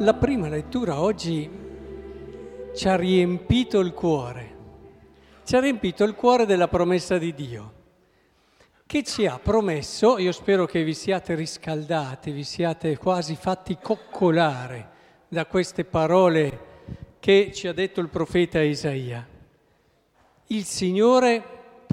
La prima lettura oggi ci ha riempito il cuore, della promessa di Dio, che ci ha promesso, io spero che vi siate riscaldati, vi siate quasi fatti coccolare da queste parole che ci ha detto il profeta Isaia. Il Signore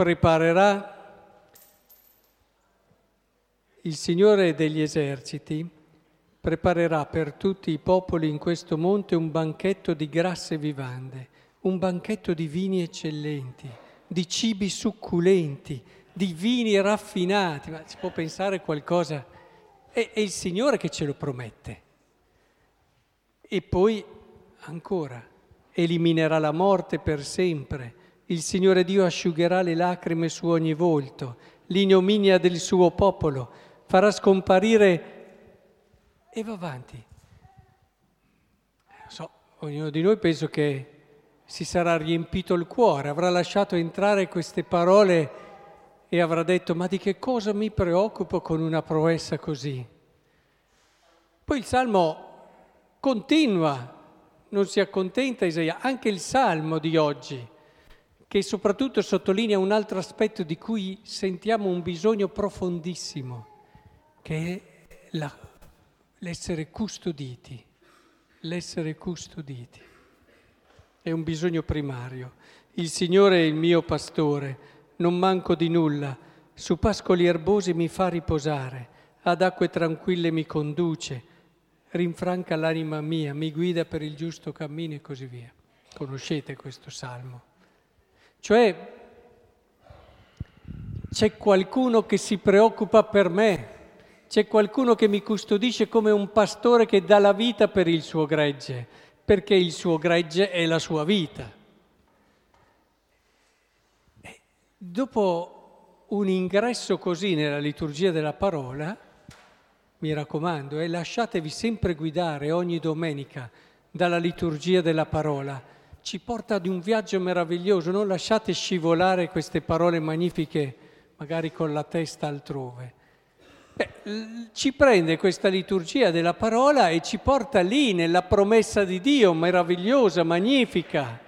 il Signore degli eserciti preparerà per tutti i popoli in questo monte un banchetto di grasse vivande, un banchetto di vini eccellenti, di cibi succulenti, di vini raffinati. Ma si può pensare qualcosa? È il Signore che ce lo promette. E poi ancora, eliminerà la morte per sempre. Il Signore Dio asciugherà le lacrime su ogni volto, l'ignominia del suo popolo, farà scomparire. E va avanti. Non so, ognuno di noi penso che si sarà riempito il cuore, avrà lasciato entrare queste parole e avrà detto: ma di che cosa mi preoccupo con una promessa così? Poi il Salmo continua, non si accontenta Isaia, anche il Salmo di oggi, che soprattutto sottolinea un altro aspetto di cui sentiamo un bisogno profondissimo, che è l'essere custoditi, è un bisogno primario. Il Signore è il mio pastore, non manco di nulla, su pascoli erbosi mi fa riposare, ad acque tranquille mi conduce, rinfranca l'anima mia, mi guida per il giusto cammino e così via. Conoscete questo salmo? Cioè, c'è qualcuno che si preoccupa per me. C'è qualcuno che mi custodisce come un pastore che dà la vita per il suo gregge, perché il suo gregge è la sua vita. E dopo un ingresso così nella liturgia della parola, mi raccomando, lasciatevi sempre guidare ogni domenica dalla liturgia della parola. Ci porta ad un viaggio meraviglioso, non lasciate scivolare queste parole magnifiche, magari con la testa altrove. Ci prende questa liturgia della parola e ci porta lì nella promessa di Dio, meravigliosa, magnifica.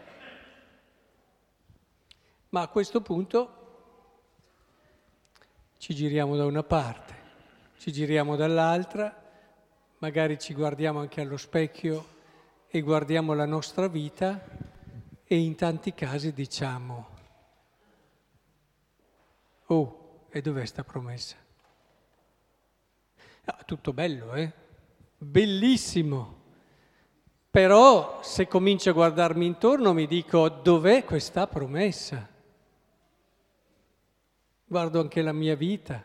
Ma a questo punto ci giriamo da una parte, ci giriamo dall'altra, magari ci guardiamo anche allo specchio e guardiamo la nostra vita e in tanti casi diciamo: oh, e dov'è sta promessa? Tutto bello, Bellissimo. Però se comincio a guardarmi intorno mi dico: dov'è questa promessa? Guardo anche la mia vita.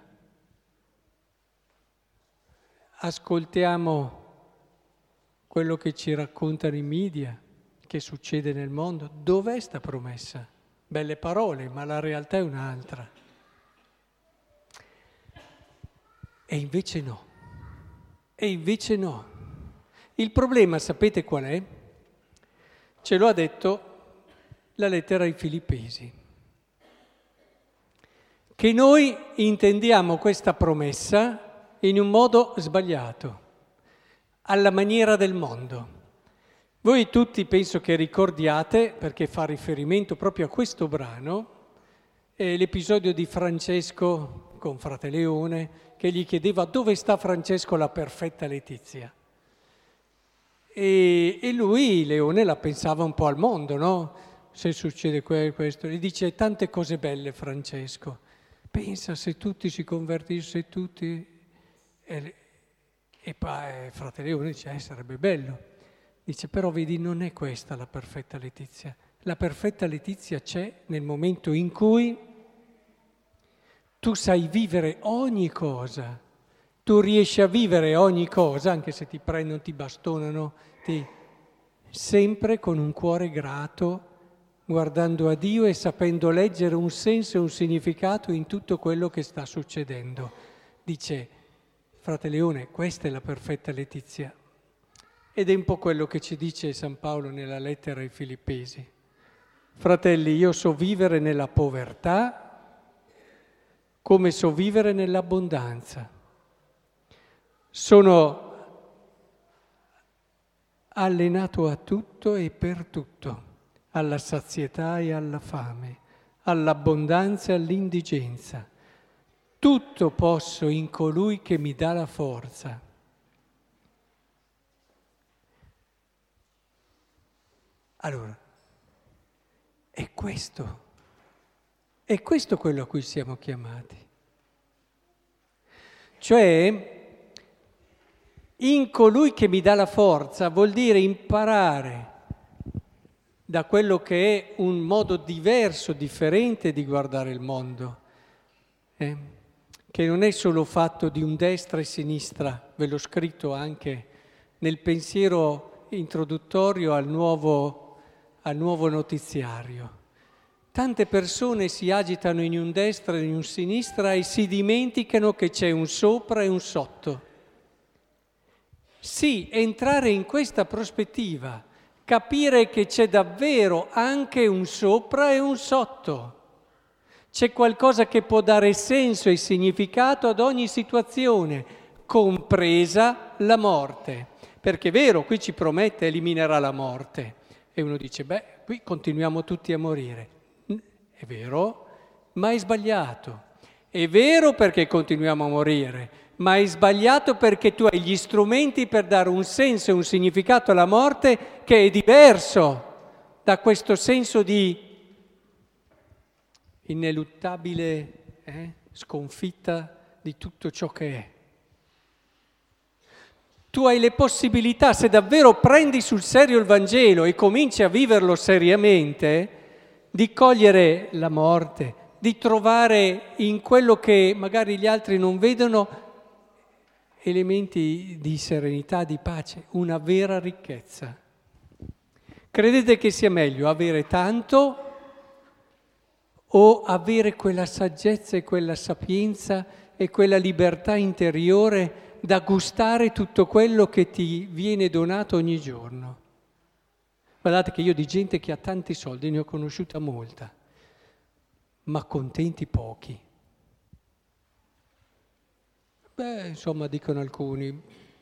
Ascoltiamo quello che ci raccontano i media, che succede nel mondo. Dov'è sta promessa? Belle parole, ma la realtà è un'altra. E invece no. Il problema, sapete qual è? Ce lo ha detto la lettera ai Filippesi. Che noi intendiamo questa promessa in un modo sbagliato, alla maniera del mondo. Voi tutti penso che ricordiate, perché fa riferimento proprio a questo brano, l'episodio di Francesco con Frate Leone, che gli chiedeva: dove sta Francesco la perfetta Letizia? E lui, Leone, la pensava un po' al mondo, no? Se succede questo, gli dice: tante cose belle Francesco, pensa se tutti si convertissero, tutti. E poi Frate Leone dice: sarebbe bello. Dice: però vedi, non è questa la perfetta Letizia. La perfetta Letizia c'è nel momento in cui tu sai vivere ogni cosa, tu riesci a vivere ogni cosa, anche se ti prendono, ti bastonano, sempre con un cuore grato, guardando a Dio e sapendo leggere un senso e un significato in tutto quello che sta succedendo. Dice Frate Leone: questa è la perfetta Letizia. Ed è un po' quello che ci dice San Paolo nella lettera ai Filippesi. Fratelli, io so vivere nella povertà come so vivere nell'abbondanza. Sono allenato a tutto e per tutto, alla sazietà e alla fame, all'abbondanza e all'indigenza. Tutto posso in colui che mi dà la forza. Allora, è questo quello a cui siamo chiamati. Cioè, in colui che mi dà la forza vuol dire imparare da quello che è un modo diverso, differente di guardare il mondo, che non è solo fatto di un destra e sinistra, ve l'ho scritto anche nel pensiero introduttorio al nuovo notiziario. Tante persone si agitano in un destra e in un sinistra e si dimenticano che c'è un sopra e un sotto. Sì, entrare in questa prospettiva, capire che c'è davvero anche un sopra e un sotto. C'è qualcosa che può dare senso e significato ad ogni situazione, compresa la morte. Perché è vero, qui ci promette eliminerà la morte. E uno dice, qui continuiamo tutti a morire. È vero, ma è sbagliato. È vero perché continuiamo a morire, ma è sbagliato perché tu hai gli strumenti per dare un senso e un significato alla morte che è diverso da questo senso di ineluttabile sconfitta di tutto ciò che è. Tu hai le possibilità, se davvero prendi sul serio il Vangelo e cominci a viverlo seriamente, di cogliere la morte, di trovare in quello che magari gli altri non vedono elementi di serenità, di pace, una vera ricchezza. Credete che sia meglio avere tanto o avere quella saggezza e quella sapienza e quella libertà interiore da gustare tutto quello che ti viene donato ogni giorno? Guardate che io di gente che ha tanti soldi ne ho conosciuta molta, ma contenti pochi. Insomma, dicono alcuni,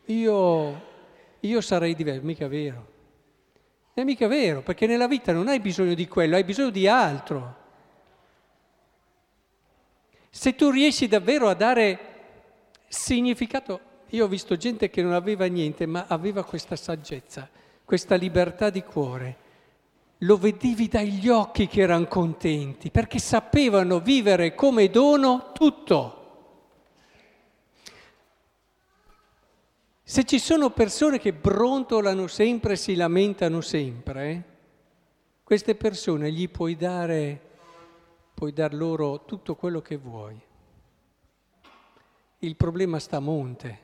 io sarei diverso, mica vero. È mica vero, perché nella vita non hai bisogno di quello, hai bisogno di altro. Se tu riesci davvero a dare significato, io ho visto gente che non aveva niente, ma aveva questa saggezza, questa libertà di cuore. Lo vedevi dagli occhi che erano contenti, perché sapevano vivere come dono tutto. Se ci sono persone che brontolano sempre, si lamentano sempre, queste persone gli puoi dar loro tutto quello che vuoi. Il problema sta a monte.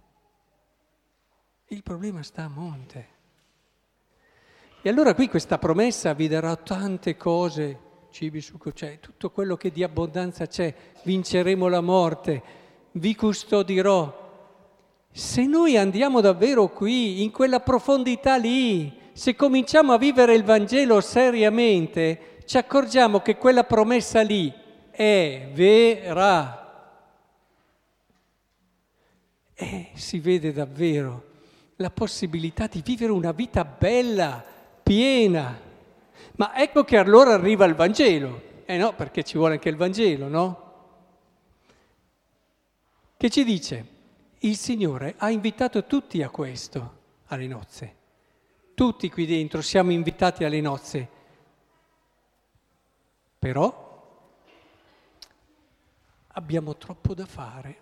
Il problema sta a monte. E allora qui questa promessa vi darà tante cose, cibi, succo, c'è, tutto quello che di abbondanza c'è, vinceremo la morte, vi custodirò. Se noi andiamo davvero qui, in quella profondità lì, se cominciamo a vivere il Vangelo seriamente, ci accorgiamo che quella promessa lì è vera. E si vede davvero la possibilità di vivere una vita bella, piena. Ma ecco che allora arriva il Vangelo. No, perché ci vuole anche il Vangelo, no? Che ci dice? Il Signore ha invitato tutti a questo, alle nozze. Tutti qui dentro siamo invitati alle nozze. Però abbiamo troppo da fare.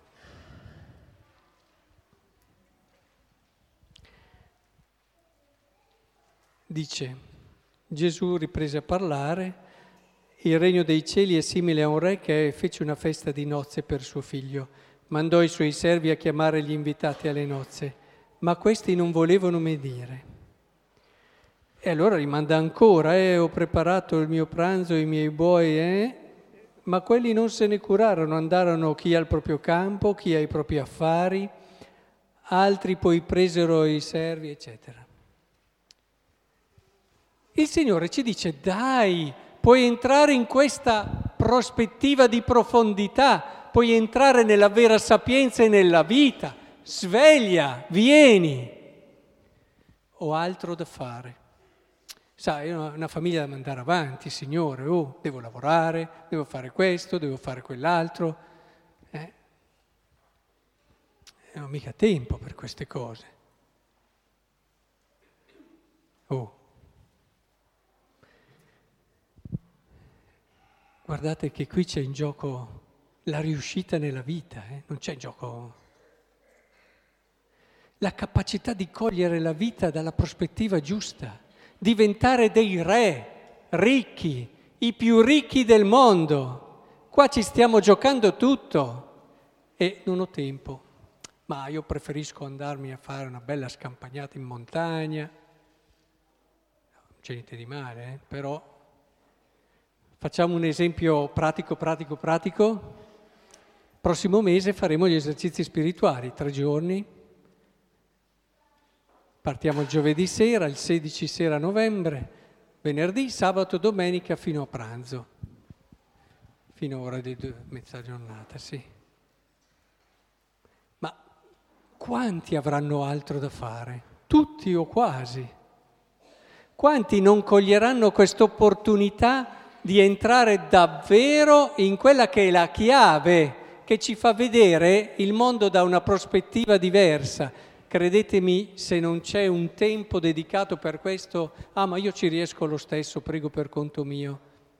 Dice, Gesù riprese a parlare, il regno dei cieli è simile a un re che fece una festa di nozze per suo figlio. Mandò i suoi servi a chiamare gli invitati alle nozze, ma questi non volevano obbedire. E allora li manda ancora, ho preparato il mio pranzo, i miei buoi, ma quelli non se ne curarono, andarono chi al proprio campo, chi ai propri affari, altri poi presero i servi, eccetera. Il Signore ci dice, dai, puoi entrare in questa prospettiva di profondità, puoi entrare nella vera sapienza e nella vita, sveglia, vieni. ho altro da fare. Sai, ho una famiglia da mandare avanti, Signore, devo lavorare, devo fare questo, devo fare quell'altro. Non ho mica tempo per queste cose. Guardate che qui c'è in gioco la riuscita nella vita, non c'è in gioco la capacità di cogliere la vita dalla prospettiva giusta, diventare dei re ricchi, i più ricchi del mondo. Qua ci stiamo giocando tutto e non ho tempo, ma io preferisco andarmi a fare una bella scampagnata in montagna. Non c'è niente di male, però facciamo un esempio pratico. Prossimo mese faremo gli esercizi spirituali, 3 giorni. Partiamo il giovedì sera, il 16 sera novembre, venerdì, sabato, domenica fino a pranzo, fino a ora di mezza giornata, sì. Ma quanti avranno altro da fare? Tutti o quasi. Quanti non coglieranno questa opportunità di entrare davvero in quella che è la chiave che ci fa vedere il mondo da una prospettiva diversa? Credetemi, se non c'è un tempo dedicato per questo, ma io ci riesco lo stesso, prego per conto mio.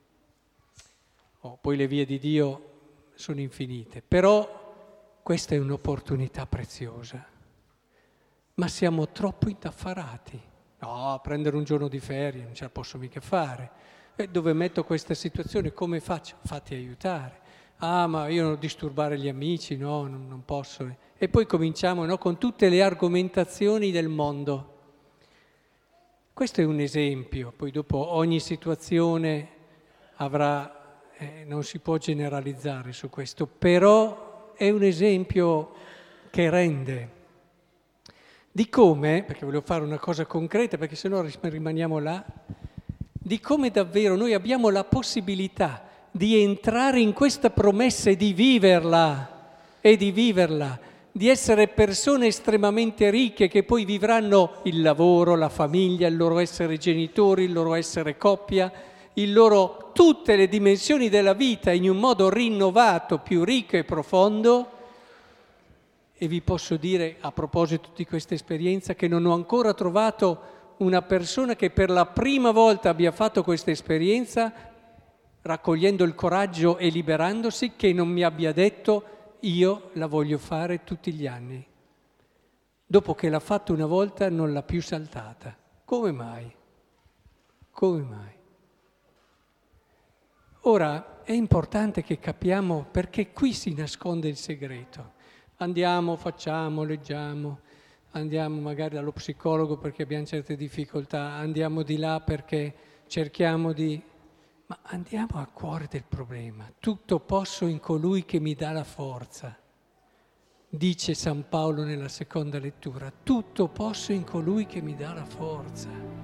Poi le vie di Dio sono infinite, però questa è un'opportunità preziosa. Ma siamo troppo indaffarati. No, prendere un giorno di ferie non ce la posso mica fare. Dove metto questa situazione? Come faccio? Fatti aiutare. Ma io non disturbare gli amici, no, non posso. E poi cominciamo, no, con tutte le argomentazioni del mondo. Questo è un esempio, poi dopo ogni situazione avrà, non si può generalizzare su questo, però è un esempio che rende. Di come, perché volevo fare una cosa concreta, perché sennò rimaniamo là, di come davvero noi abbiamo la possibilità di entrare in questa promessa e di viverla, di essere persone estremamente ricche che poi vivranno il lavoro, la famiglia, il loro essere genitori, il loro essere coppia, tutte le dimensioni della vita in un modo rinnovato, più ricco e profondo. E vi posso dire, a proposito di questa esperienza, che non ho ancora trovato una persona che per la prima volta abbia fatto questa esperienza, raccogliendo il coraggio e liberandosi, che non mi abbia detto: io la voglio fare tutti gli anni. Dopo che l'ha fatto una volta non l'ha più saltata. Come mai? Come mai? Ora è importante che capiamo perché qui si nasconde il segreto. Andiamo, facciamo, leggiamo, andiamo magari dallo psicologo perché abbiamo certe difficoltà, andiamo di là perché cerchiamo di... Ma andiamo al cuore del problema. Tutto posso in colui che mi dà la forza. Dice San Paolo nella seconda lettura, tutto posso in colui che mi dà la forza.